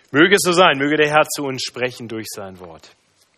Möge es so sein, möge der Herr zu uns sprechen durch sein Wort.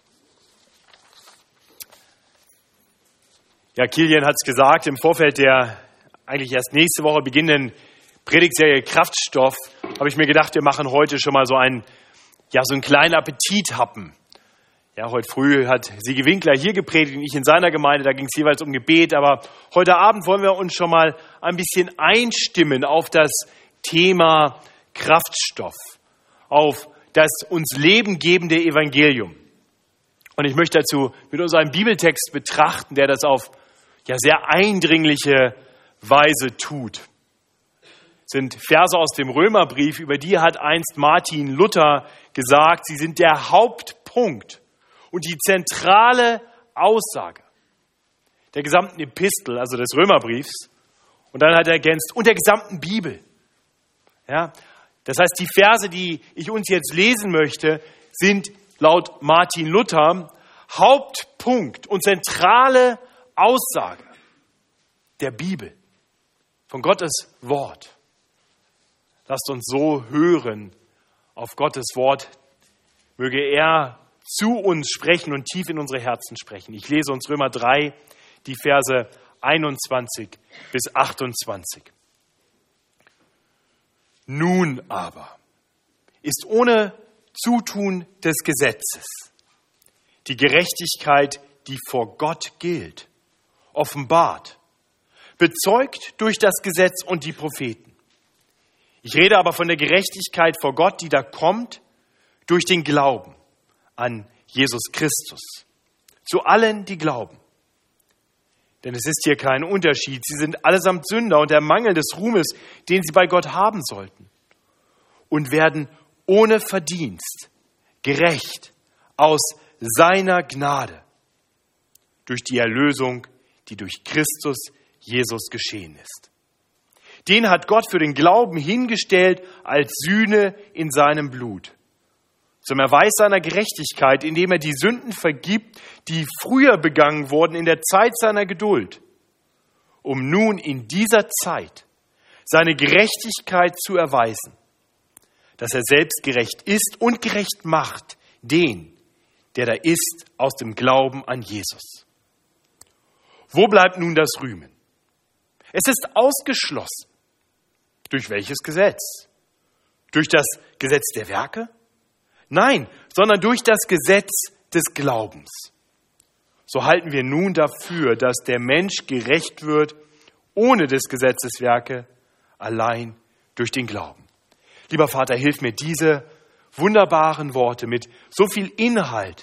Ja, Kilian hat es gesagt, im Vorfeld der eigentlich erst nächste Woche beginnenden Predigtserie Kraftstoff habe ich mir gedacht, wir machen heute schon mal so einen kleinen Appetithappen. Ja, heute früh hat Sigi Winkler hier gepredigt und ich in seiner Gemeinde, da ging es jeweils um Gebet, aber heute Abend wollen wir uns schon mal ein bisschen einstimmen auf das Thema Kraftstoff, auf das uns Leben gebende Evangelium. Und ich möchte dazu mit uns einen Bibeltext betrachten, der das auf sehr eindringliche Weise tut. Das sind Verse aus dem Römerbrief, über die hat einst Martin Luther gesagt, sie sind der Hauptpunkt und die zentrale Aussage der gesamten Epistel, also des Römerbriefs. Und dann hat er ergänzt, und der gesamten Bibel. Ja, das heißt, die Verse, die ich uns jetzt lesen möchte, sind laut Martin Luther Hauptpunkt und zentrale Aussage der Bibel, von Gottes Wort. Lasst uns so hören auf Gottes Wort. Möge er zu uns sprechen und tief in unsere Herzen sprechen. Ich lese uns Römer 3, die Verse 21 bis 28. Nun aber ist ohne Zutun des Gesetzes die Gerechtigkeit, die vor Gott gilt, offenbart, bezeugt durch das Gesetz und die Propheten. Ich rede aber von der Gerechtigkeit vor Gott, die da kommt durch den Glauben an Jesus Christus. Zu allen, die glauben. Denn es ist hier kein Unterschied. Sie sind allesamt Sünder und der Mangel des Ruhmes, den sie bei Gott haben sollten. Und werden ohne Verdienst gerecht aus seiner Gnade durch die Erlösung, die durch Christus Jesus geschehen ist. Den hat Gott für den Glauben hingestellt als Sühne in seinem Blut. Zum Erweis seiner Gerechtigkeit, indem er die Sünden vergibt, die früher begangen wurden in der Zeit seiner Geduld, um nun in dieser Zeit seine Gerechtigkeit zu erweisen, dass er selbst gerecht ist und gerecht macht den, der da ist, aus dem Glauben an Jesus. Wo bleibt nun das Rühmen? Es ist ausgeschlossen. Durch welches Gesetz? Durch das Gesetz der Werke? Nein, sondern durch das Gesetz des Glaubens. So halten wir nun dafür, dass der Mensch gerecht wird, ohne des Gesetzes Werke, allein durch den Glauben. Lieber Vater, hilf mir, diese wunderbaren Worte mit so viel Inhalt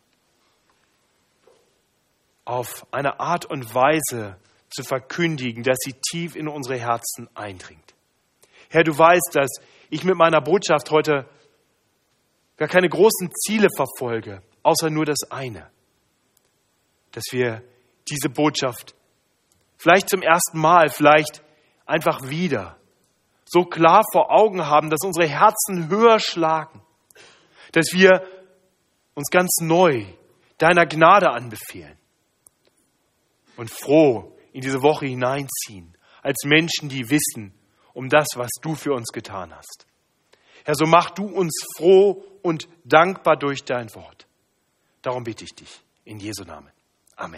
auf eine Art und Weise zu verkündigen, dass sie tief in unsere Herzen eindringt. Herr, du weißt, dass ich mit meiner Botschaft heute gar keine großen Ziele verfolge, außer nur das eine, dass wir diese Botschaft vielleicht zum ersten Mal, vielleicht einfach wieder so klar vor Augen haben, dass unsere Herzen höher schlagen, dass wir uns ganz neu deiner Gnade anbefehlen und froh in diese Woche hineinziehen, als Menschen, die wissen um das, was du für uns getan hast. Herr, so mach du uns froh und dankbar durch dein Wort. Darum bitte ich dich, in Jesu Namen. Amen.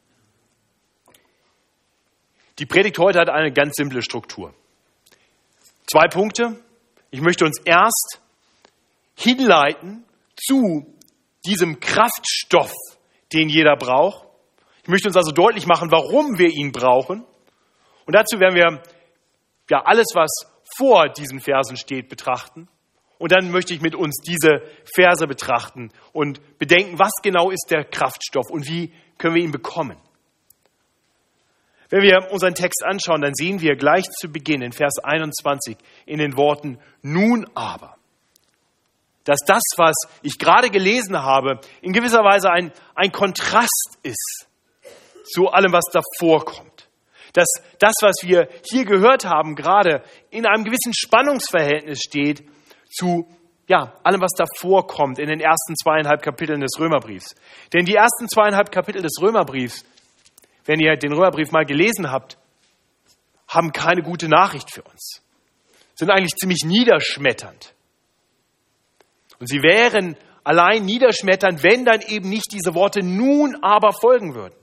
Die Predigt heute hat eine ganz simple Struktur. 2 Punkte. Ich möchte uns erst hinleiten zu diesem Kraftstoff, den jeder braucht. Ich möchte uns also deutlich machen, warum wir ihn brauchen. Und dazu werden wir alles, was vor diesen Versen steht, betrachten. Und dann möchte ich mit uns diese Verse betrachten und bedenken, was genau ist der Kraftstoff und wie können wir ihn bekommen. Wenn wir unseren Text anschauen, dann sehen wir gleich zu Beginn in Vers 21 in den Worten nun aber, dass das, was ich gerade gelesen habe, in gewisser Weise ein Kontrast ist zu allem, was davor kommt. Dass das, was wir hier gehört haben, gerade in einem gewissen Spannungsverhältnis steht zu allem, was davor kommt in den ersten 2,5 Kapiteln des Römerbriefs. Denn die ersten 2,5 Kapitel des Römerbriefs, wenn ihr den Römerbrief mal gelesen habt, haben keine gute Nachricht für uns. Sind eigentlich ziemlich niederschmetternd. Und sie wären allein niederschmetternd, wenn dann eben nicht diese Worte nun aber folgen würden.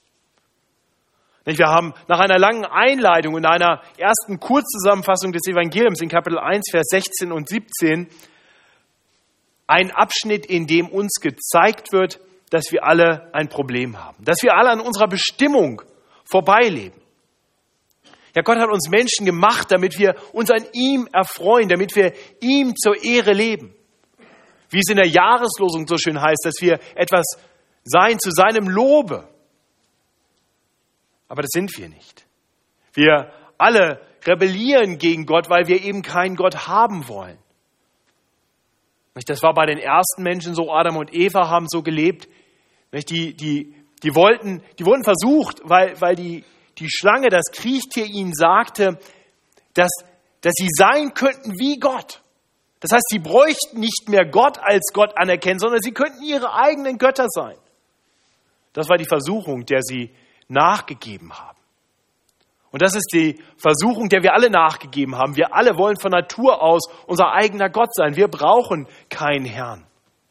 Wir haben nach einer langen Einleitung und einer ersten Kurzzusammenfassung des Evangeliums in Kapitel 1, Vers 16 und 17 einen Abschnitt, in dem uns gezeigt wird, dass wir alle ein Problem haben, dass wir alle an unserer Bestimmung vorbeileben. Ja, Gott hat uns Menschen gemacht, damit wir uns an ihm erfreuen, damit wir ihm zur Ehre leben. Wie es in der Jahreslosung so schön heißt, dass wir etwas sein zu seinem Lobe. Aber das sind wir nicht. Wir alle rebellieren gegen Gott, weil wir eben keinen Gott haben wollen. Das war bei den ersten Menschen so, Adam und Eva haben so gelebt. Die wurden versucht, weil die Schlange, das Kriechtier, ihnen sagte, dass sie sein könnten wie Gott. Das heißt, sie bräuchten nicht mehr Gott als Gott anerkennen, sondern sie könnten ihre eigenen Götter sein. Das war die Versuchung, der sie nachgegeben haben. Und das ist die Versuchung, der wir alle nachgegeben haben. Wir alle wollen von Natur aus unser eigener Gott sein. Wir brauchen keinen Herrn.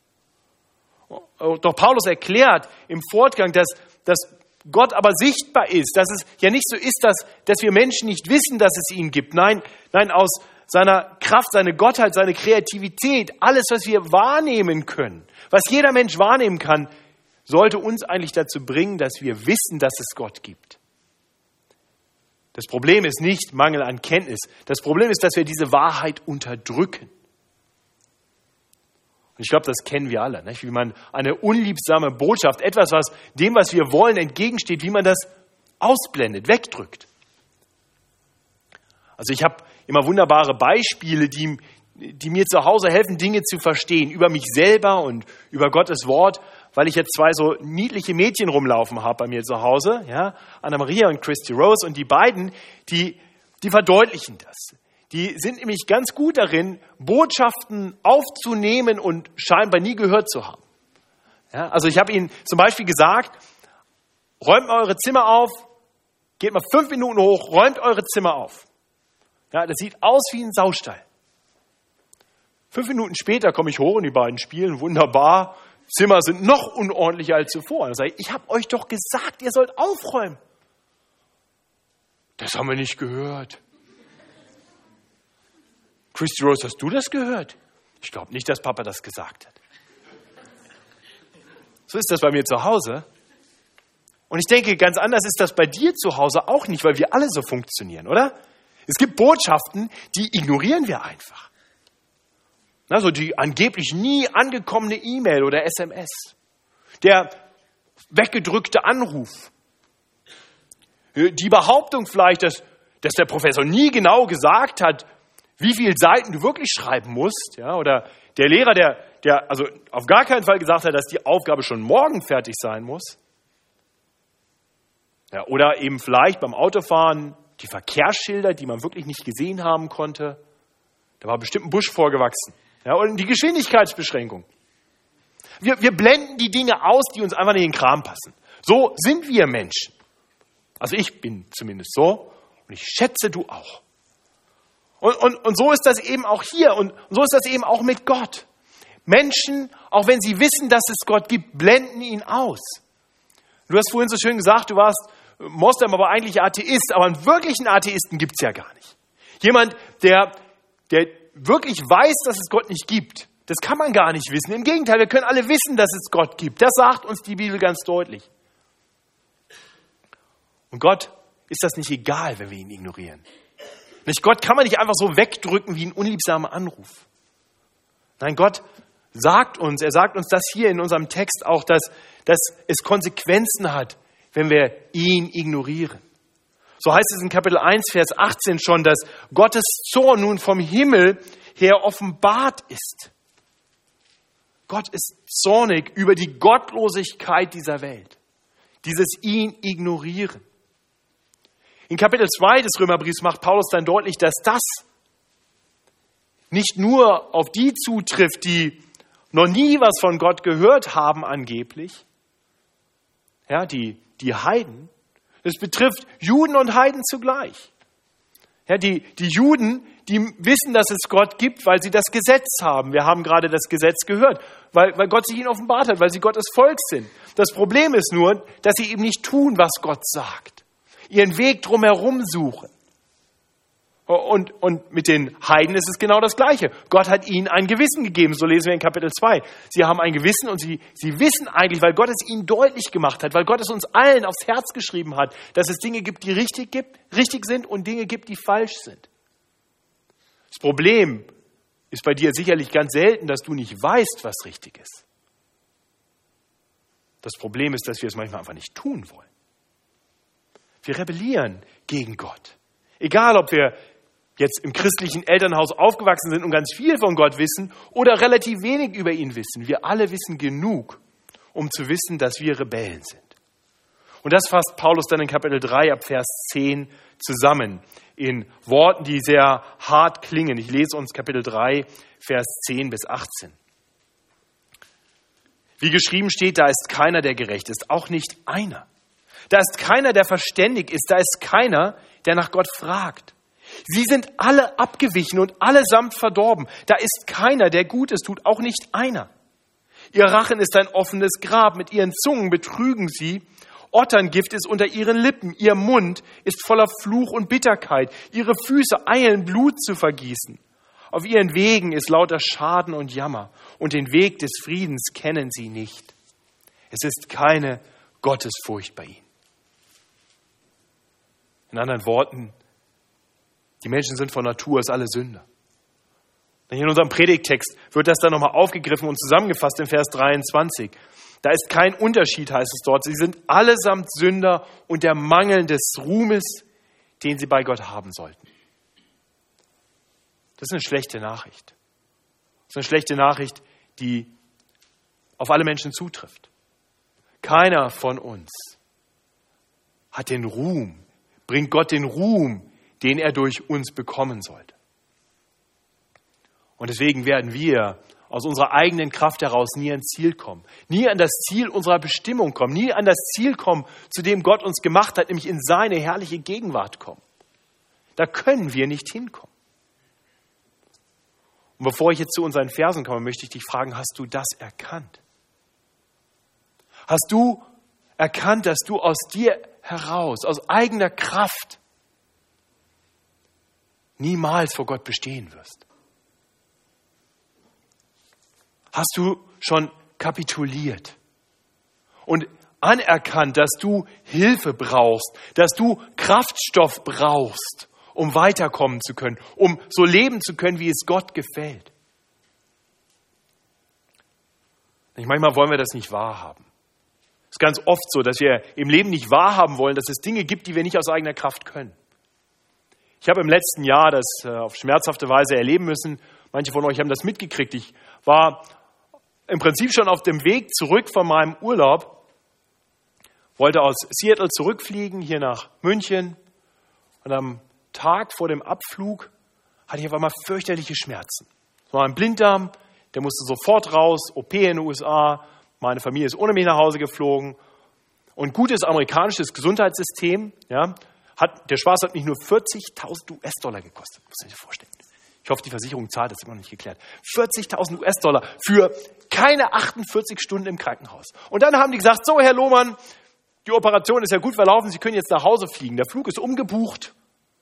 Doch Paulus erklärt im Fortgang, dass Gott aber sichtbar ist, dass es ja nicht so ist, dass wir Menschen nicht wissen, dass es ihn gibt. Nein, aus seiner Kraft, seine Gottheit, seine Kreativität, alles, was wir wahrnehmen können, was jeder Mensch wahrnehmen kann, sollte uns eigentlich dazu bringen, dass wir wissen, dass es Gott gibt. Das Problem ist nicht Mangel an Kenntnis. Das Problem ist, dass wir diese Wahrheit unterdrücken. Und ich glaube, das kennen wir alle, nicht? Wie man eine unliebsame Botschaft, etwas, was dem, was wir wollen, entgegensteht, wie man das ausblendet, wegdrückt. Also ich habe immer wunderbare Beispiele, die mir zu Hause helfen, Dinge zu verstehen, über mich selber und über Gottes Wort, weil ich jetzt zwei so niedliche Mädchen rumlaufen habe bei mir zu Hause, ja, Anna-Maria und Christy Rose, und die beiden, die verdeutlichen das. Die sind nämlich ganz gut darin, Botschaften aufzunehmen und scheinbar nie gehört zu haben. Ja, also ich habe ihnen zum Beispiel gesagt, räumt mal eure Zimmer auf, geht mal 5 Minuten hoch, räumt eure Zimmer auf. Ja, das sieht aus wie ein Saustall. 5 Minuten später komme ich hoch und die beiden spielen wunderbar. Zimmer sind noch unordentlicher als zuvor. Dann sage ich habe euch doch gesagt, ihr sollt aufräumen. Das haben wir nicht gehört. Christy Rose, hast du das gehört? Ich glaube nicht, dass Papa das gesagt hat. So ist das bei mir zu Hause. Und ich denke, ganz anders ist das bei dir zu Hause auch nicht, weil wir alle so funktionieren, oder? Es gibt Botschaften, die ignorieren wir einfach. Also die angeblich nie angekommene E-Mail oder SMS. Der weggedrückte Anruf. Die Behauptung vielleicht, dass der Professor nie genau gesagt hat, wie viele Seiten du wirklich schreiben musst. Ja, oder der Lehrer, der also auf gar keinen Fall gesagt hat, dass die Aufgabe schon morgen fertig sein muss. Ja, oder eben vielleicht beim Autofahren die Verkehrsschilder, die man wirklich nicht gesehen haben konnte. Da war bestimmt ein Busch vorgewachsen. Ja, und die Geschwindigkeitsbeschränkung. Wir blenden die Dinge aus, die uns einfach nicht in den Kram passen. So sind wir Menschen. Also ich bin zumindest so und ich schätze, du auch. Und so ist das eben auch hier und so ist das eben auch mit Gott. Menschen, auch wenn sie wissen, dass es Gott gibt, blenden ihn aus. Du hast vorhin so schön gesagt, du warst Moslem, aber eigentlich Atheist, aber einen wirklichen Atheisten gibt es ja gar nicht. Jemand, der wirklich weiß, dass es Gott nicht gibt. Das kann man gar nicht wissen. Im Gegenteil, wir können alle wissen, dass es Gott gibt. Das sagt uns die Bibel ganz deutlich. Und Gott ist das nicht egal, wenn wir ihn ignorieren. Nicht, Gott kann man nicht einfach so wegdrücken wie ein unliebsamer Anruf. Nein, Gott sagt uns, er sagt uns das hier in unserem Text auch, dass es Konsequenzen hat, wenn wir ihn ignorieren. So heißt es in Kapitel 1, Vers 18 schon, dass Gottes Zorn nun vom Himmel her offenbart ist. Gott ist zornig über die Gottlosigkeit dieser Welt, dieses ihn ignorieren. In Kapitel 2 des Römerbriefs macht Paulus dann deutlich, dass das nicht nur auf die zutrifft, die noch nie was von Gott gehört haben angeblich, ja, die Heiden. Es betrifft Juden und Heiden zugleich. Ja, die Juden, die wissen, dass es Gott gibt, weil sie das Gesetz haben. Wir haben gerade das Gesetz gehört, weil Gott sich ihnen offenbart hat, weil sie Gottes Volk sind. Das Problem ist nur, dass sie eben nicht tun, was Gott sagt. Ihren Weg drumherum suchen. Und mit den Heiden ist es genau das Gleiche. Gott hat ihnen ein Gewissen gegeben, so lesen wir in Kapitel 2. Sie haben ein Gewissen und sie wissen eigentlich, weil Gott es ihnen deutlich gemacht hat, weil Gott es uns allen aufs Herz geschrieben hat, dass es Dinge gibt, die richtig sind und Dinge gibt, die falsch sind. Das Problem ist bei dir sicherlich ganz selten, dass du nicht weißt, was richtig ist. Das Problem ist, dass wir es manchmal einfach nicht tun wollen. Wir rebellieren gegen Gott. Egal, ob wir jetzt im christlichen Elternhaus aufgewachsen sind und ganz viel von Gott wissen oder relativ wenig über ihn wissen. Wir alle wissen genug, um zu wissen, dass wir Rebellen sind. Und das fasst Paulus dann in Kapitel 3 ab Vers 10 zusammen in Worten, die sehr hart klingen. Ich lese uns Kapitel 3, Vers 10 bis 18. Wie geschrieben steht, da ist keiner, der gerecht ist, auch nicht einer. Da ist keiner, der verständig ist, da ist keiner, der nach Gott fragt. Sie sind alle abgewichen und allesamt verdorben. Da ist keiner, der Gutes tut, auch nicht einer. Ihr Rachen ist ein offenes Grab, mit ihren Zungen betrügen sie. Otterngift ist unter ihren Lippen, ihr Mund ist voller Fluch und Bitterkeit. Ihre Füße eilen, Blut zu vergießen. Auf ihren Wegen ist lauter Schaden und Jammer. Und den Weg des Friedens kennen sie nicht. Es ist keine Gottesfurcht bei ihnen. In anderen Worten, die Menschen sind von Natur aus alle Sünder. In unserem Predigttext wird das dann nochmal aufgegriffen und zusammengefasst in Vers 23. Da ist kein Unterschied, heißt es dort. Sie sind allesamt Sünder und der Mangel des Ruhmes, den sie bei Gott haben sollten. Das ist eine schlechte Nachricht. Das ist eine schlechte Nachricht, die auf alle Menschen zutrifft. Keiner von uns hat den Ruhm, bringt Gott den Ruhm, den er durch uns bekommen sollte. Und deswegen werden wir aus unserer eigenen Kraft heraus nie ans Ziel kommen, nie an das Ziel unserer Bestimmung kommen, nie an das Ziel kommen, zu dem Gott uns gemacht hat, nämlich in seine herrliche Gegenwart kommen. Da können wir nicht hinkommen. Und bevor ich jetzt zu unseren Versen komme, möchte ich dich fragen, hast du das erkannt? Hast du erkannt, dass du aus dir heraus, aus eigener Kraft, niemals vor Gott bestehen wirst? Hast du schon kapituliert und anerkannt, dass du Hilfe brauchst, dass du Kraftstoff brauchst, um weiterkommen zu können, um so leben zu können, wie es Gott gefällt? Manchmal wollen wir das nicht wahrhaben. Es ist ganz oft so, dass wir im Leben nicht wahrhaben wollen, dass es Dinge gibt, die wir nicht aus eigener Kraft können. Ich habe im letzten Jahr das auf schmerzhafte Weise erleben müssen. Manche von euch haben das mitgekriegt. Ich war im Prinzip schon auf dem Weg zurück von meinem Urlaub, wollte aus Seattle zurückfliegen, hier nach München. Und am Tag vor dem Abflug hatte ich auf einmal fürchterliche Schmerzen. Es war ein Blinddarm, der musste sofort raus, OP in den USA. Meine Familie ist ohne mich nach Hause geflogen. Und gutes amerikanisches Gesundheitssystem, ja, der Spaß hat mich nur 40.000 US-Dollar gekostet. Muss ich dir vorstellen. Ich hoffe, die Versicherung zahlt, das ist immer noch nicht geklärt. 40.000 US-Dollar für keine 48 Stunden im Krankenhaus. Und dann haben die gesagt, so Herr Lohmann, die Operation ist ja gut verlaufen, Sie können jetzt nach Hause fliegen. Der Flug ist umgebucht.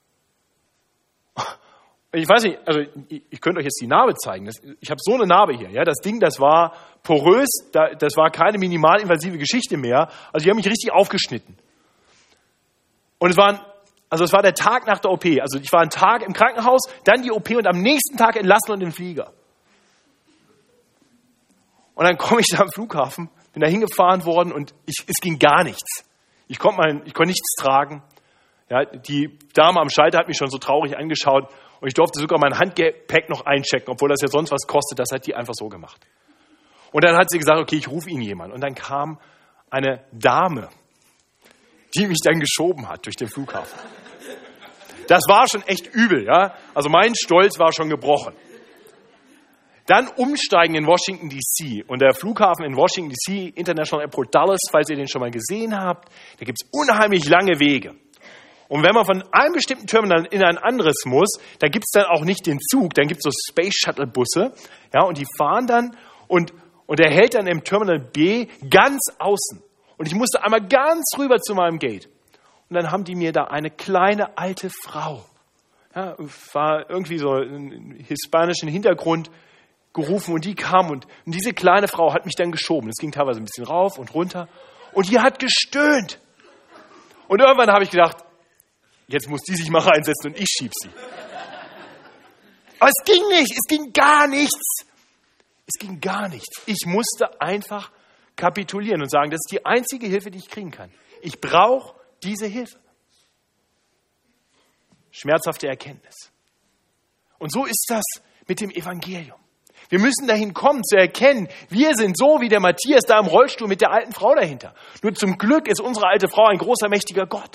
Ich weiß nicht, also ich könnte euch jetzt die Narbe zeigen. Ich habe so eine Narbe hier. Ja, das Ding, das war porös, das war keine minimalinvasive Geschichte mehr. Also die haben mich richtig aufgeschnitten. Und es war der Tag nach der OP. Also ich war einen Tag im Krankenhaus, dann die OP und am nächsten Tag entlassen und in den Flieger. Und dann komme ich da am Flughafen, bin da hingefahren worden und es ging gar nichts. Ich konnte nichts tragen. Ja, die Dame am Schalter hat mich schon so traurig angeschaut und ich durfte sogar mein Handgepäck noch einchecken, obwohl das ja sonst was kostet. Das hat die einfach so gemacht. Und dann hat sie gesagt, okay, ich rufe Ihnen jemanden. Und dann kam eine Dame, die mich dann geschoben hat durch den Flughafen. Das war schon echt übel, ja. Also mein Stolz war schon gebrochen. Dann umsteigen in Washington, D.C. Und der Flughafen in Washington, D.C., International Airport Dulles, falls ihr den schon mal gesehen habt, da gibt es unheimlich lange Wege. Und wenn man von einem bestimmten Terminal in ein anderes muss, da gibt es dann auch nicht den Zug, dann gibt es so Space Shuttle Busse, ja, und die fahren dann und er hält dann im Terminal B ganz außen. Und ich musste einmal ganz rüber zu meinem Gate. Und dann haben die mir da eine kleine alte Frau, ja, war irgendwie so einen hispanischen Hintergrund, gerufen und die kam und diese kleine Frau hat mich dann geschoben. Es ging teilweise ein bisschen rauf und runter und die hat gestöhnt. Und irgendwann habe ich gedacht, jetzt muss die sich mal reinsetzen und ich schieb sie. Aber es ging nicht, es ging gar nichts. Es ging gar nichts. Ich musste einfach kapitulieren und sagen, das ist die einzige Hilfe, die ich kriegen kann. Ich brauche diese Hilfe. Schmerzhafte Erkenntnis. Und so ist das mit dem Evangelium. Wir müssen dahin kommen, zu erkennen, wir sind so wie der Matthias da im Rollstuhl mit der alten Frau dahinter. Nur zum Glück ist unsere alte Frau ein großer, mächtiger Gott.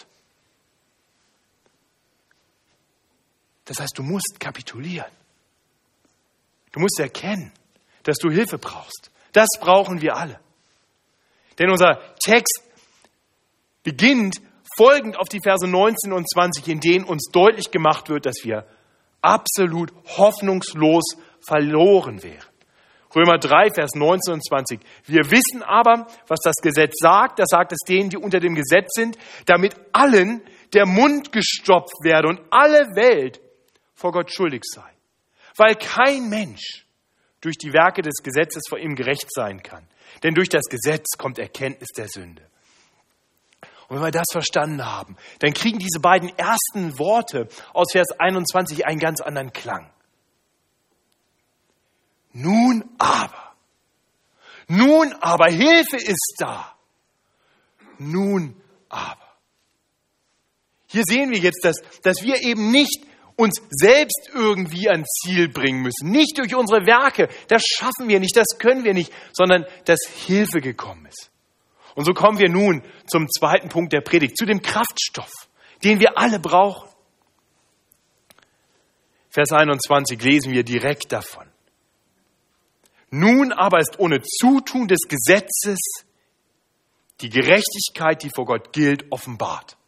Das heißt, du musst kapitulieren. Du musst erkennen, dass du Hilfe brauchst. Das brauchen wir alle. Denn unser Text beginnt folgend auf die Verse 19 und 20, in denen uns deutlich gemacht wird, dass wir absolut hoffnungslos verloren wären. Römer 3, Vers 19 und 20. Wir wissen aber, was das Gesetz sagt. Das sagt es denen, die unter dem Gesetz sind, damit allen der Mund gestopft werde und alle Welt vor Gott schuldig sei. Weil kein Mensch durch die Werke des Gesetzes vor ihm gerecht sein kann. Denn durch das Gesetz kommt Erkenntnis der Sünde. Und wenn wir das verstanden haben, dann kriegen diese beiden ersten Worte aus Vers 21 einen ganz anderen Klang. Nun aber, Hilfe ist da. Nun aber. Hier sehen wir jetzt, dass wir eben nicht uns selbst irgendwie ans Ziel bringen müssen. Nicht durch unsere Werke, das schaffen wir nicht, das können wir nicht, sondern dass Hilfe gekommen ist. Und so kommen wir nun zum zweiten Punkt der Predigt, zu dem Kraftstoff, den wir alle brauchen. Vers 21 lesen wir direkt davon. Nun aber ist ohne Zutun des Gesetzes die Gerechtigkeit, die vor Gott gilt, offenbart.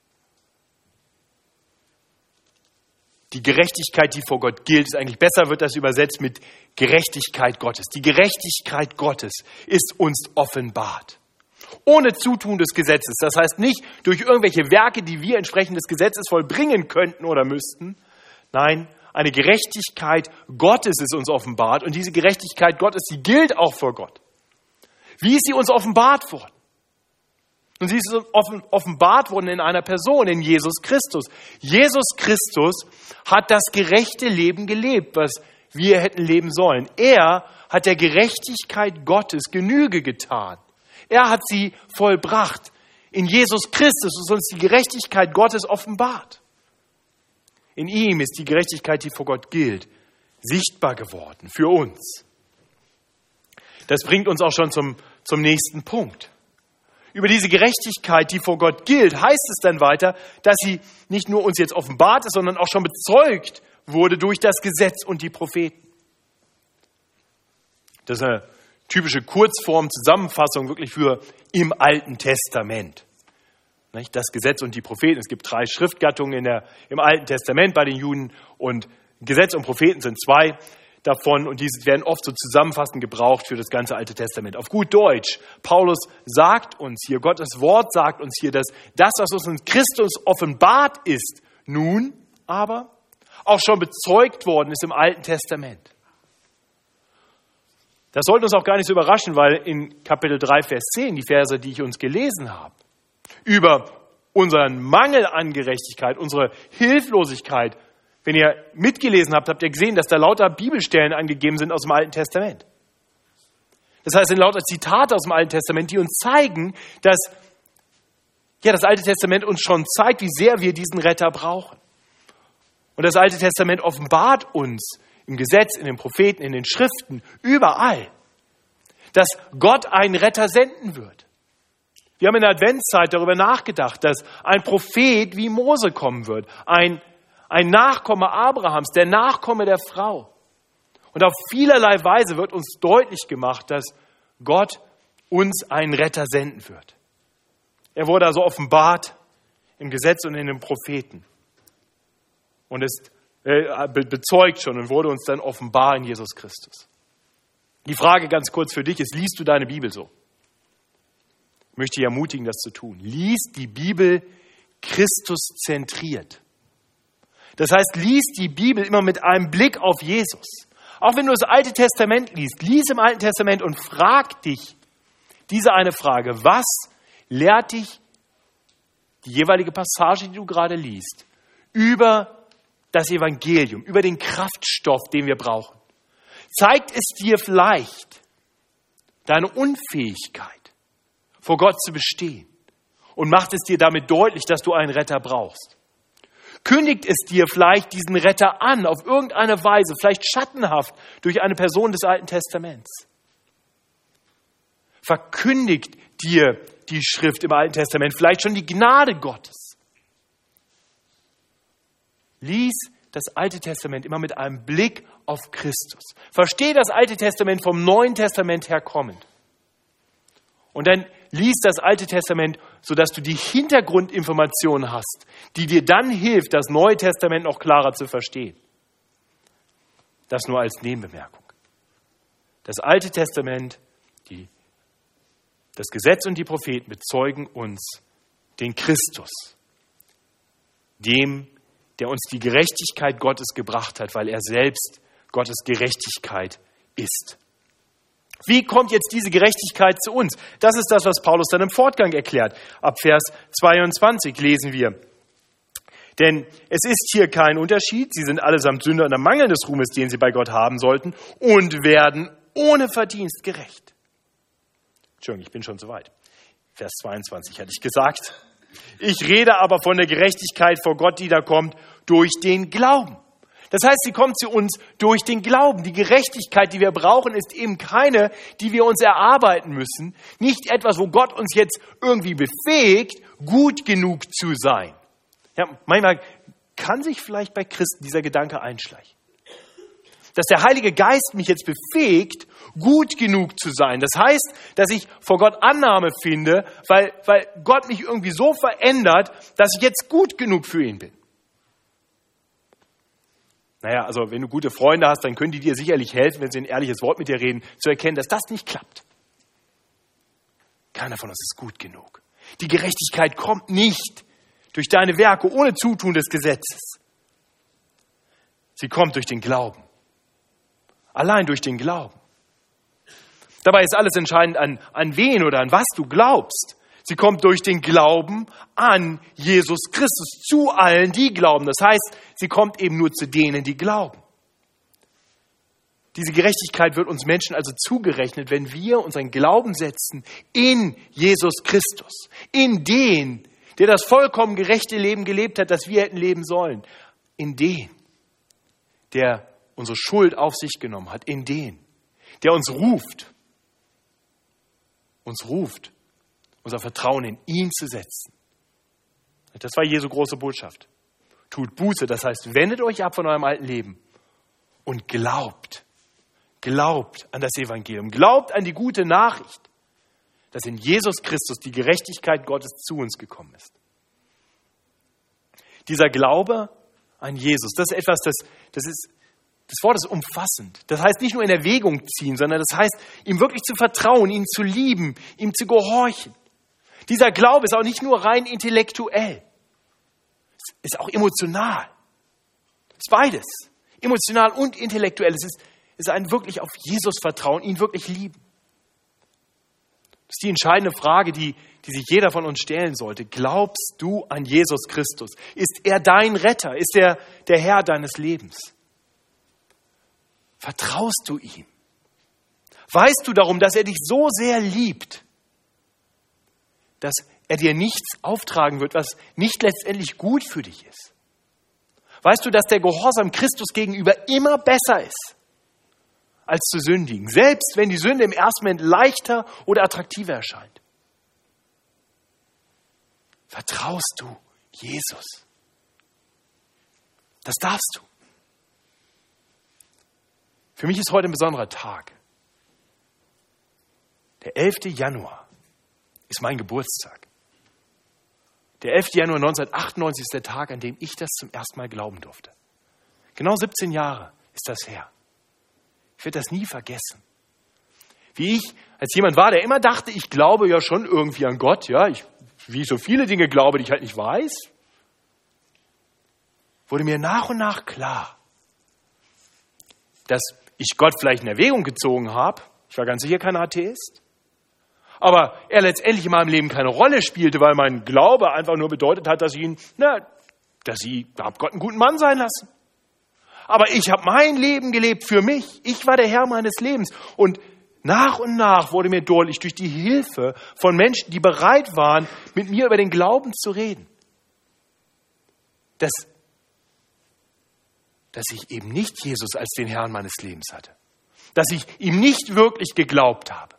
Die Gerechtigkeit, die vor Gott gilt, ist eigentlich besser, wird das übersetzt mit Gerechtigkeit Gottes. Die Gerechtigkeit Gottes ist uns offenbart. Ohne Zutun des Gesetzes. Das heißt nicht durch irgendwelche Werke, die wir entsprechend des Gesetzes vollbringen könnten oder müssten. Nein, eine Gerechtigkeit Gottes ist uns offenbart. Und diese Gerechtigkeit Gottes, die gilt auch vor Gott. Wie ist sie uns offenbart worden? Und sie ist offenbart worden in einer Person, in Jesus Christus. Jesus Christus hat das gerechte Leben gelebt, was wir hätten leben sollen. Er hat der Gerechtigkeit Gottes Genüge getan. Er hat sie vollbracht. In Jesus Christus ist uns die Gerechtigkeit Gottes offenbart. In ihm ist die Gerechtigkeit, die vor Gott gilt, sichtbar geworden für uns. Das bringt uns auch schon zum nächsten Punkt. Über diese Gerechtigkeit, die vor Gott gilt, heißt es dann weiter, dass sie nicht nur uns jetzt offenbart ist, sondern auch schon bezeugt wurde durch das Gesetz und die Propheten. Das ist eine typische Kurzform, Zusammenfassung wirklich für im Alten Testament. Das Gesetz und die Propheten. Es gibt 3 Schriftgattungen im Alten Testament bei den Juden und Gesetz und Propheten sind 2 davon und diese werden oft so zusammenfassend gebraucht für das ganze Alte Testament. Auf gut Deutsch, Paulus sagt uns hier, Gottes Wort sagt uns hier, dass das, was uns in Christus offenbart ist, nun aber auch schon bezeugt worden ist im Alten Testament. Das sollte uns auch gar nicht so überraschen, weil in Kapitel 3, Vers 10, die Verse, die ich uns gelesen habe, über unseren Mangel an Gerechtigkeit, unsere Hilflosigkeit, wenn ihr mitgelesen habt, habt ihr gesehen, dass da lauter Bibelstellen angegeben sind aus dem Alten Testament. Das heißt, es sind lauter Zitate aus dem Alten Testament, die uns zeigen, dass das Alte Testament uns schon zeigt, wie sehr wir diesen Retter brauchen. Und das Alte Testament offenbart uns im Gesetz, in den Propheten, in den Schriften, überall, dass Gott einen Retter senden wird. Wir haben in der Adventszeit darüber nachgedacht, dass ein Prophet wie Mose kommen wird, ein Nachkomme Abrahams, der Nachkomme der Frau. Und auf vielerlei Weise wird uns deutlich gemacht, dass Gott uns einen Retter senden wird. Er wurde also offenbart im Gesetz und in den Propheten und ist bezeugt schon und wurde uns dann offenbar in Jesus Christus. Die Frage ganz kurz für dich ist, liest du deine Bibel so? Ich möchte dich ermutigen, das zu tun. Lies die Bibel Christus zentriert. Das heißt, lies die Bibel immer mit einem Blick auf Jesus. Auch wenn du das Alte Testament liest, lies im Alten Testament und frag dich diese eine Frage. Was lehrt dich die jeweilige Passage, die du gerade liest, über das Evangelium, über den Kraftstoff, den wir brauchen? Zeigt es dir vielleicht deine Unfähigkeit, vor Gott zu bestehen und macht es dir damit deutlich, dass du einen Retter brauchst? Kündigt es dir vielleicht diesen Retter an, auf irgendeine Weise, vielleicht schattenhaft durch eine Person des Alten Testaments? Verkündigt dir die Schrift im Alten Testament vielleicht schon die Gnade Gottes? Lies das Alte Testament immer mit einem Blick auf Christus. Versteh das Alte Testament vom Neuen Testament her kommend. Und dann lies das Alte Testament, sodass du die Hintergrundinformationen hast, die dir dann hilft, das Neue Testament noch klarer zu verstehen. Das nur als Nebenbemerkung. Das Alte Testament, das Gesetz und die Propheten bezeugen uns den Christus, dem, der uns die Gerechtigkeit Gottes gebracht hat, weil er selbst Gottes Gerechtigkeit ist. Wie kommt jetzt diese Gerechtigkeit zu uns? Das ist das, was Paulus dann im Fortgang erklärt. Ab Vers 22 lesen wir: Denn es ist hier kein Unterschied, sie sind allesamt Sünder und am Mangel des Ruhmes, den sie bei Gott haben sollten, und werden ohne Verdienst gerecht. Entschuldigung, ich bin schon zu weit. Vers 22 hatte ich gesagt. Ich rede aber von der Gerechtigkeit vor Gott, die da kommt, durch den Glauben. Das heißt, sie kommt zu uns durch den Glauben. Die Gerechtigkeit, die wir brauchen, ist eben keine, die wir uns erarbeiten müssen. Nicht etwas, wo Gott uns jetzt irgendwie befähigt, gut genug zu sein. Ja, manchmal kann sich vielleicht bei Christen dieser Gedanke einschleichen. Dass der Heilige Geist mich jetzt befähigt, gut genug zu sein. Das heißt, dass ich vor Gott Annahme finde, weil Gott mich irgendwie so verändert, dass ich jetzt gut genug für ihn bin. Naja, also wenn du gute Freunde hast, dann können die dir sicherlich helfen, wenn sie ein ehrliches Wort mit dir reden, zu erkennen, dass das nicht klappt. Keiner von uns ist gut genug. Die Gerechtigkeit kommt nicht durch deine Werke ohne Zutun des Gesetzes. Sie kommt durch den Glauben. Allein durch den Glauben. Dabei ist alles entscheidend, an wen oder an was du glaubst. Sie kommt durch den Glauben an Jesus Christus, zu allen, die glauben. Das heißt, sie kommt eben nur zu denen, die glauben. Diese Gerechtigkeit wird uns Menschen also zugerechnet, wenn wir unseren Glauben setzen in Jesus Christus, in den, der das vollkommen gerechte Leben gelebt hat, das wir hätten leben sollen, in den, der unsere Schuld auf sich genommen hat, in den, der uns ruft, unser Vertrauen in ihn zu setzen. Das war Jesu große Botschaft. Tut Buße, das heißt, wendet euch ab von eurem alten Leben und glaubt an das Evangelium, glaubt an die gute Nachricht, dass in Jesus Christus die Gerechtigkeit Gottes zu uns gekommen ist. Dieser Glaube an Jesus, das ist etwas, das Wort ist umfassend. Das heißt nicht nur in Erwägung ziehen, sondern das heißt, ihm wirklich zu vertrauen, ihn zu lieben, ihm zu gehorchen. Dieser Glaube ist auch nicht nur rein intellektuell. Es ist auch emotional. Es ist beides. Emotional und intellektuell. Es ist ein wirklich auf Jesus vertrauen, ihn wirklich lieben. Das ist die entscheidende Frage, die sich jeder von uns stellen sollte. Glaubst du an Jesus Christus? Ist er dein Retter? Ist er der Herr deines Lebens? Vertraust du ihm? Weißt du darum, dass er dich so sehr liebt, dass er dir nichts auftragen wird, was nicht letztendlich gut für dich ist? Weißt du, dass der Gehorsam Christus gegenüber immer besser ist, als zu sündigen, selbst wenn die Sünde im ersten Moment leichter oder attraktiver erscheint? Vertraust du Jesus? Das darfst du. Für mich ist heute ein besonderer Tag. Der 11. Januar ist mein Geburtstag. Der 11. Januar 1998 ist der Tag, an dem ich das zum ersten Mal glauben durfte. Genau 17 Jahre ist das her. Ich werde das nie vergessen. Wie ich als jemand war, der immer dachte, ich glaube ja schon irgendwie an Gott, ja, wie ich so viele Dinge glaube, die ich halt nicht weiß, wurde mir nach und nach klar, dass ich Gott vielleicht in Erwägung gezogen habe. Ich war ganz sicher kein Atheist. Aber er letztendlich in meinem Leben keine Rolle spielte, weil mein Glaube einfach nur bedeutet hat, dass ich habe Gott einen guten Mann sein lassen. Aber ich habe mein Leben gelebt für mich. Ich war der Herr meines Lebens. Und nach wurde mir deutlich durch die Hilfe von Menschen, die bereit waren, mit mir über den Glauben zu reden, dass ich eben nicht Jesus als den Herrn meines Lebens hatte. Dass ich ihm nicht wirklich geglaubt habe.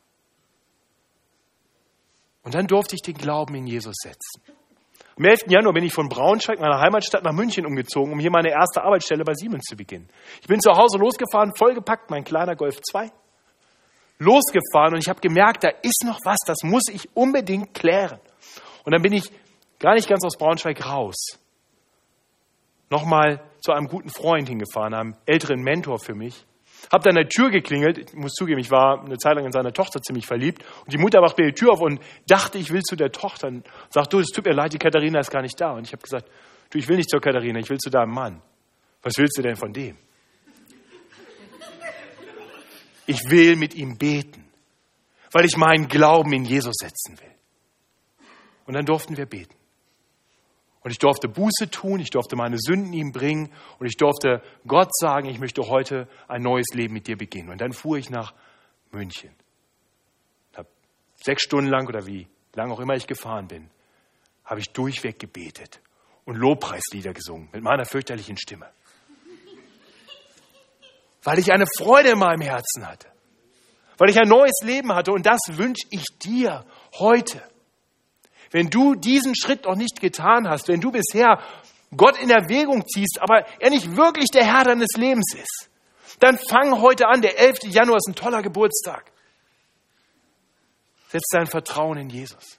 Und dann durfte ich den Glauben in Jesus setzen. Am 11. Januar bin ich von Braunschweig, meiner Heimatstadt, nach München umgezogen, um hier meine erste Arbeitsstelle bei Siemens zu beginnen. Ich bin zu Hause losgefahren, vollgepackt, mein kleiner Golf 2. Losgefahren und ich habe gemerkt, da ist noch was, das muss ich unbedingt klären. Und dann bin ich gar nicht ganz aus Braunschweig raus. Nochmal zu einem guten Freund hingefahren, einem älteren Mentor für mich. Hab dann an der Tür geklingelt. Ich muss zugeben, ich war eine Zeit lang in seine Tochter ziemlich verliebt. Und die Mutter macht mir die Tür auf und dachte, ich will zu der Tochter. Und sagt, du, es tut mir leid, die Katharina ist gar nicht da. Und ich habe gesagt, du, ich will nicht zur Katharina, ich will zu deinem Mann. Was willst du denn von dem? Ich will mit ihm beten, weil ich meinen Glauben in Jesus setzen will. Und dann durften wir beten. Und ich durfte Buße tun, ich durfte meine Sünden ihm bringen und ich durfte Gott sagen, ich möchte heute ein neues Leben mit dir beginnen. Und dann fuhr ich nach München. Habe 6 Stunden lang oder wie lange auch immer ich gefahren bin, habe ich durchweg gebetet und Lobpreislieder gesungen mit meiner fürchterlichen Stimme. Weil ich eine Freude in meinem Herzen hatte. Weil ich ein neues Leben hatte und das wünsche ich dir heute. Wenn du diesen Schritt noch nicht getan hast, wenn du bisher Gott in Erwägung ziehst, aber er nicht wirklich der Herr deines Lebens ist, dann fang heute an. Der 11. Januar ist ein toller Geburtstag. Setz dein Vertrauen in Jesus.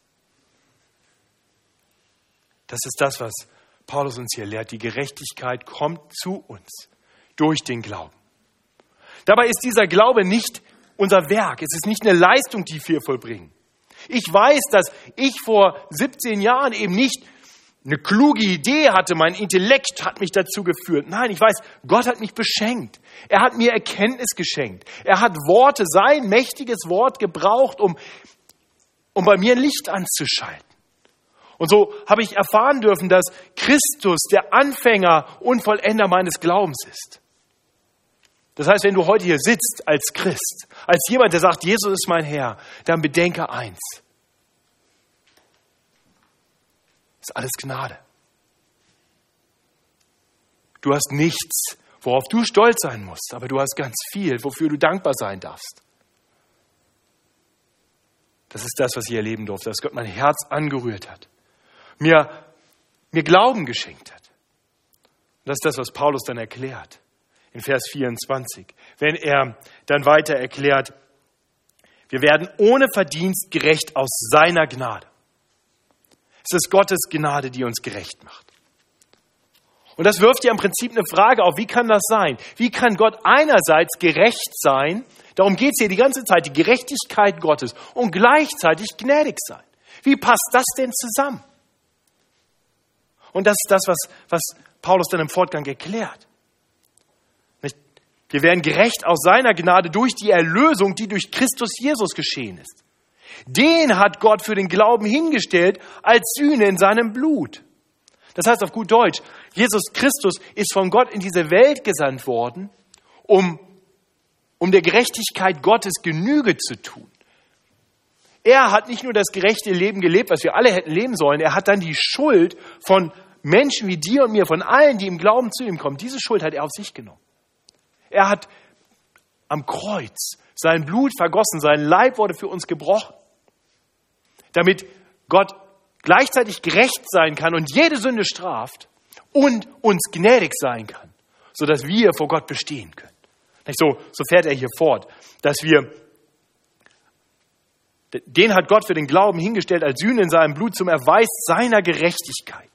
Das ist das, was Paulus uns hier lehrt. Die Gerechtigkeit kommt zu uns durch den Glauben. Dabei ist dieser Glaube nicht unser Werk. Es ist nicht eine Leistung, die wir vollbringen. Ich weiß, dass ich vor 17 Jahren eben nicht eine kluge Idee hatte. Mein Intellekt hat mich dazu geführt. Nein, ich weiß, Gott hat mich beschenkt. Er hat mir Erkenntnis geschenkt. Er hat Worte, sein mächtiges Wort gebraucht, um bei mir ein Licht anzuschalten. Und so habe ich erfahren dürfen, dass Christus der Anfänger und Vollender meines Glaubens ist. Das heißt, wenn du heute hier sitzt als Christ, als jemand, der sagt, Jesus ist mein Herr, dann bedenke eins. Das ist alles Gnade. Du hast nichts, worauf du stolz sein musst, aber du hast ganz viel, wofür du dankbar sein darfst. Das ist das, was ich erleben durfte, dass Gott mein Herz angerührt hat, mir Glauben geschenkt hat. Und das ist das, was Paulus dann erklärt. In Vers 24, wenn er dann weiter erklärt, wir werden ohne Verdienst gerecht aus seiner Gnade. Es ist Gottes Gnade, die uns gerecht macht. Und das wirft ja im Prinzip eine Frage auf, wie kann das sein? Wie kann Gott einerseits gerecht sein, darum geht es hier die ganze Zeit, die Gerechtigkeit Gottes, und gleichzeitig gnädig sein? Wie passt das denn zusammen? Und das ist das, was Paulus dann im Fortgang erklärt. Wir werden gerecht aus seiner Gnade durch die Erlösung, die durch Christus Jesus geschehen ist. Den hat Gott für den Glauben hingestellt als Sühne in seinem Blut. Das heißt auf gut Deutsch, Jesus Christus ist von Gott in diese Welt gesandt worden, um der Gerechtigkeit Gottes Genüge zu tun. Er hat nicht nur das gerechte Leben gelebt, was wir alle hätten leben sollen, er hat dann die Schuld von Menschen wie dir und mir, von allen, die im Glauben zu ihm kommen, diese Schuld hat er auf sich genommen. Er hat am Kreuz sein Blut vergossen, sein Leib wurde für uns gebrochen, damit Gott gleichzeitig gerecht sein kann und jede Sünde straft und uns gnädig sein kann, sodass wir vor Gott bestehen können. So fährt er hier fort, dass wir Den hat Gott für den Glauben hingestellt als Sühne in seinem Blut zum Erweis seiner Gerechtigkeit.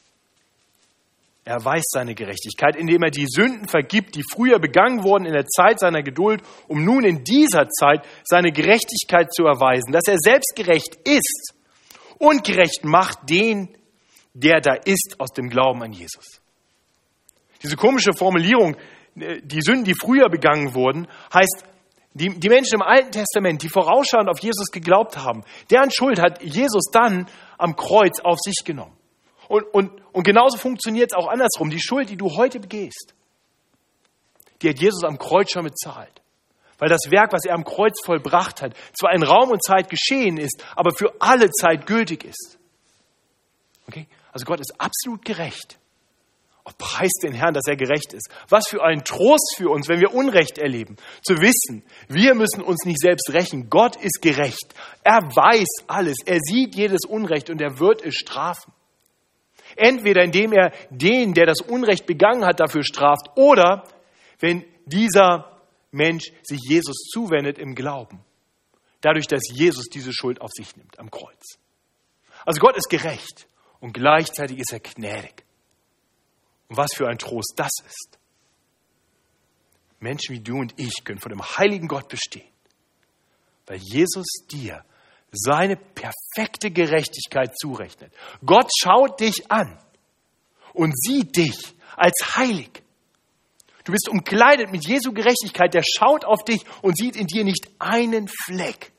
Er erweist seine Gerechtigkeit, indem er die Sünden vergibt, die früher begangen wurden in der Zeit seiner Geduld, um nun in dieser Zeit seine Gerechtigkeit zu erweisen, dass er selbst gerecht ist und gerecht macht den, der da ist, aus dem Glauben an Jesus. Diese komische Formulierung, die Sünden, die früher begangen wurden, heißt, die Menschen im Alten Testament, die vorausschauend auf Jesus geglaubt haben, deren Schuld hat Jesus dann am Kreuz auf sich genommen. Und genauso funktioniert es auch andersrum. Die Schuld, die du heute begehst, die hat Jesus am Kreuz schon bezahlt. Weil das Werk, was er am Kreuz vollbracht hat, zwar in Raum und Zeit geschehen ist, aber für alle Zeit gültig ist. Okay? Also Gott ist absolut gerecht. Oh, preist den Herrn, dass er gerecht ist. Was für ein Trost für uns, wenn wir Unrecht erleben. Zu wissen, wir müssen uns nicht selbst rächen. Gott ist gerecht. Er weiß alles. Er sieht jedes Unrecht und er wird es strafen. Entweder indem er den, der das Unrecht begangen hat, dafür straft, oder wenn dieser Mensch sich Jesus zuwendet im Glauben. Dadurch, dass Jesus diese Schuld auf sich nimmt am Kreuz. Also Gott ist gerecht und gleichzeitig ist er gnädig. Und was für ein Trost das ist. Menschen wie du und ich können vor dem heiligen Gott bestehen, weil Jesus dir seine perfekte Gerechtigkeit zurechnet. Gott schaut dich an und sieht dich als heilig. Du bist umkleidet mit Jesu Gerechtigkeit, der schaut auf dich und sieht in dir nicht einen Fleck.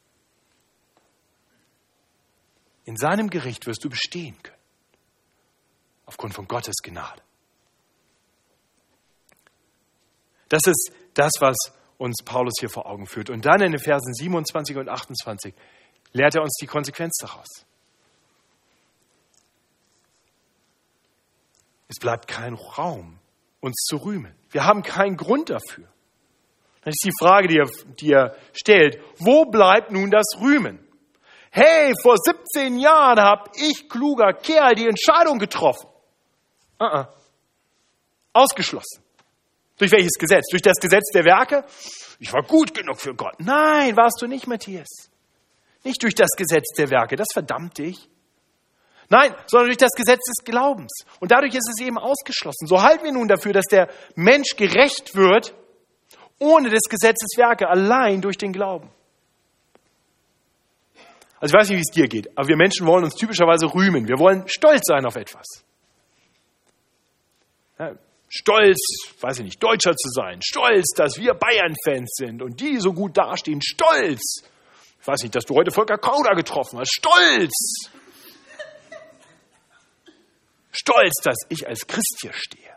In seinem Gericht wirst du bestehen können, aufgrund von Gottes Gnade. Das ist das, was uns Paulus hier vor Augen führt. Und dann in den Versen 27 und 28 lehrt er uns die Konsequenz daraus. Es bleibt kein Raum, uns zu rühmen. Wir haben keinen Grund dafür. Das ist die Frage, die er stellt. Wo bleibt nun das Rühmen? Hey, vor 17 Jahren habe ich, kluger Kerl, die Entscheidung getroffen. Ausgeschlossen. Durch welches Gesetz? Durch das Gesetz der Werke? Ich war gut genug für Gott. Nein, warst du nicht, Matthias. Nicht durch das Gesetz der Werke, das verdammt dich. Nein, sondern durch das Gesetz des Glaubens. Und dadurch ist es eben ausgeschlossen. So halten wir nun dafür, dass der Mensch gerecht wird, ohne des Gesetzes Werke, allein durch den Glauben. Also ich weiß nicht, wie es dir geht, aber wir Menschen wollen uns typischerweise rühmen. Wir wollen stolz sein auf etwas. Ja, stolz, weiß ich nicht, Deutscher zu sein. Stolz, dass wir Bayern-Fans sind und die so gut dastehen. Stolz. Ich weiß nicht, dass du heute Volker Kauder getroffen hast. Stolz. Stolz, dass ich als Christ hier stehe.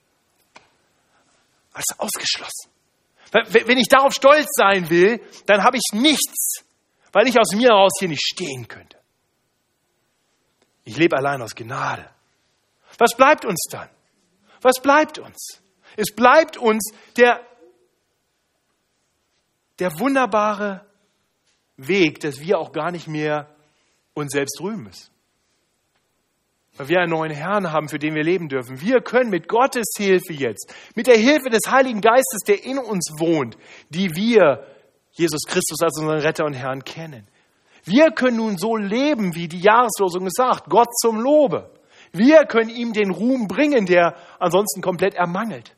Das ist ausgeschlossen. Wenn ich darauf stolz sein will, dann habe ich nichts, weil ich aus mir heraus hier nicht stehen könnte. Ich lebe allein aus Gnade. Was bleibt uns dann? Was bleibt uns? Es bleibt uns der wunderbare Weg, dass wir auch gar nicht mehr uns selbst rühmen müssen. Weil wir einen neuen Herrn haben, für den wir leben dürfen. Wir können mit Gottes Hilfe jetzt, mit der Hilfe des Heiligen Geistes, der in uns wohnt, die wir Jesus Christus als unseren Retter und Herrn kennen. Wir können nun so leben, wie die Jahreslosung sagt, Gott zum Lobe. Wir können ihm den Ruhm bringen, der ansonsten komplett ermangelt.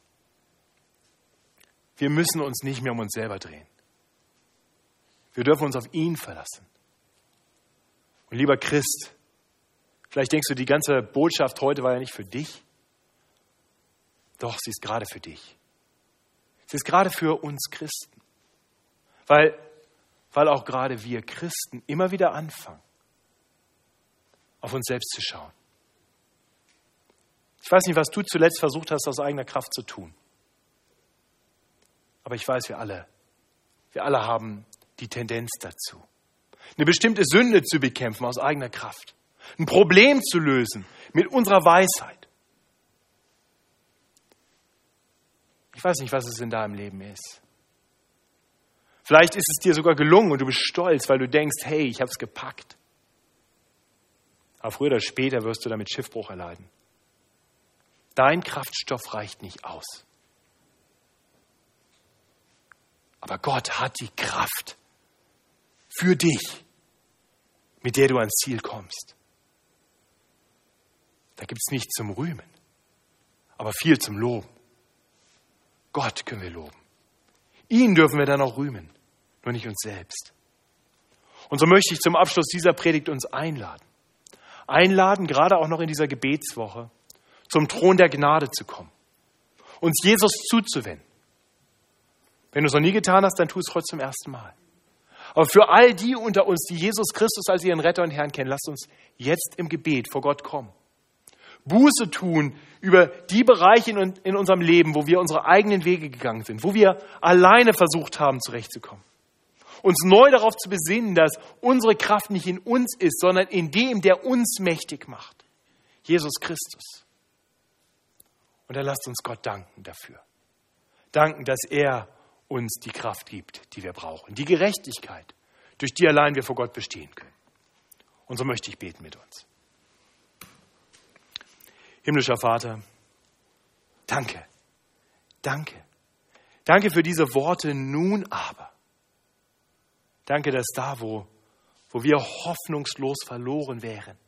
Wir müssen uns nicht mehr um uns selber drehen. Wir dürfen uns auf ihn verlassen. Und lieber Christ, vielleicht denkst du, die ganze Botschaft heute war ja nicht für dich. Doch, sie ist gerade für dich. Sie ist gerade für uns Christen. Weil auch gerade wir Christen immer wieder anfangen, auf uns selbst zu schauen. Ich weiß nicht, was du zuletzt versucht hast, aus eigener Kraft zu tun. Aber ich weiß, wir alle haben die Tendenz dazu, eine bestimmte Sünde zu bekämpfen aus eigener Kraft. Ein Problem zu lösen mit unserer Weisheit. Ich weiß nicht, was es in deinem Leben ist. Vielleicht ist es dir sogar gelungen und du bist stolz, weil du denkst, hey, ich habe es gepackt. Aber früher oder später wirst du damit Schiffbruch erleiden. Dein Kraftstoff reicht nicht aus. Aber Gott hat die Kraft für dich, mit der du ans Ziel kommst. Da gibt es nichts zum Rühmen, aber viel zum Loben. Gott können wir loben. Ihn dürfen wir dann auch rühmen, nur nicht uns selbst. Und so möchte ich zum Abschluss dieser Predigt uns einladen. Einladen, gerade auch noch in dieser Gebetswoche, zum Thron der Gnade zu kommen. Uns Jesus zuzuwenden. Wenn du es noch nie getan hast, dann tu es heute zum ersten Mal. Aber für all die unter uns, die Jesus Christus als ihren Retter und Herrn kennen, lasst uns jetzt im Gebet vor Gott kommen. Buße tun über die Bereiche in unserem Leben, wo wir unsere eigenen Wege gegangen sind, wo wir alleine versucht haben, zurechtzukommen. Uns neu darauf zu besinnen, dass unsere Kraft nicht in uns ist, sondern in dem, der uns mächtig macht. Jesus Christus. Und dann lasst uns Gott danken dafür. Danken, dass er uns die Kraft gibt, die wir brauchen. Die Gerechtigkeit, durch die allein wir vor Gott bestehen können. Und so möchte ich beten mit uns. Himmlischer Vater, danke, danke. Danke für diese Worte nun aber. Danke, dass da, wo wir hoffnungslos verloren wären,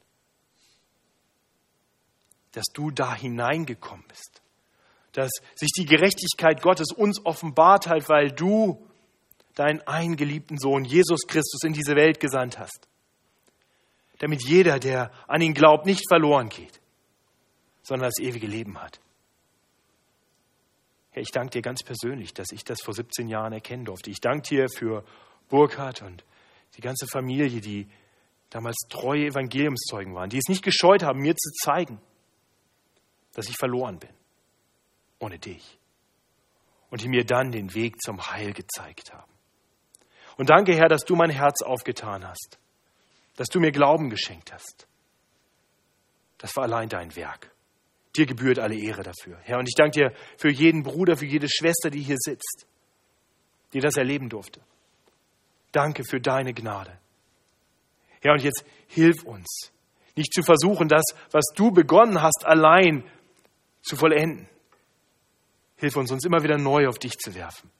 dass du da hineingekommen bist. Dass sich die Gerechtigkeit Gottes uns offenbart hat, weil du deinen eingeliebten Sohn Jesus Christus in diese Welt gesandt hast. Damit jeder, der an ihn glaubt, nicht verloren geht, sondern das ewige Leben hat. Herr, ich danke dir ganz persönlich, dass ich das vor 17 Jahren erkennen durfte. Ich danke dir für Burkhard und die ganze Familie, die damals treue Evangeliumszeugen waren, die es nicht gescheut haben, mir zu zeigen, dass ich verloren bin, ohne dich. Und die mir dann den Weg zum Heil gezeigt haben. Und danke, Herr, dass du mein Herz aufgetan hast, dass du mir Glauben geschenkt hast. Das war allein dein Werk. Dir gebührt alle Ehre dafür, Herr. Und ich danke dir für jeden Bruder, für jede Schwester, die hier sitzt, die das erleben durfte. Danke für deine Gnade. Ja, und jetzt hilf uns, nicht zu versuchen, das, was du begonnen hast, allein zu vollenden. Hilf uns immer wieder neu auf dich zu werfen.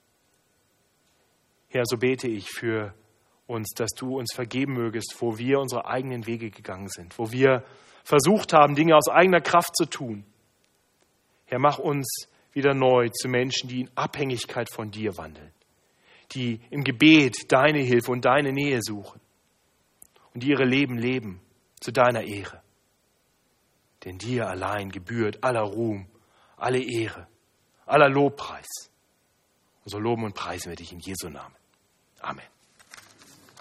Herr, so bete ich für uns, dass du uns vergeben mögest, wo wir unsere eigenen Wege gegangen sind, wo wir versucht haben, Dinge aus eigener Kraft zu tun. Herr, mach uns wieder neu zu Menschen, die in Abhängigkeit von dir wandeln, die im Gebet deine Hilfe und deine Nähe suchen und die ihre Leben leben zu deiner Ehre. Denn dir allein gebührt aller Ruhm, alle Ehre, aller Lobpreis. Und so loben und preisen wir dich in Jesu Namen. Amen.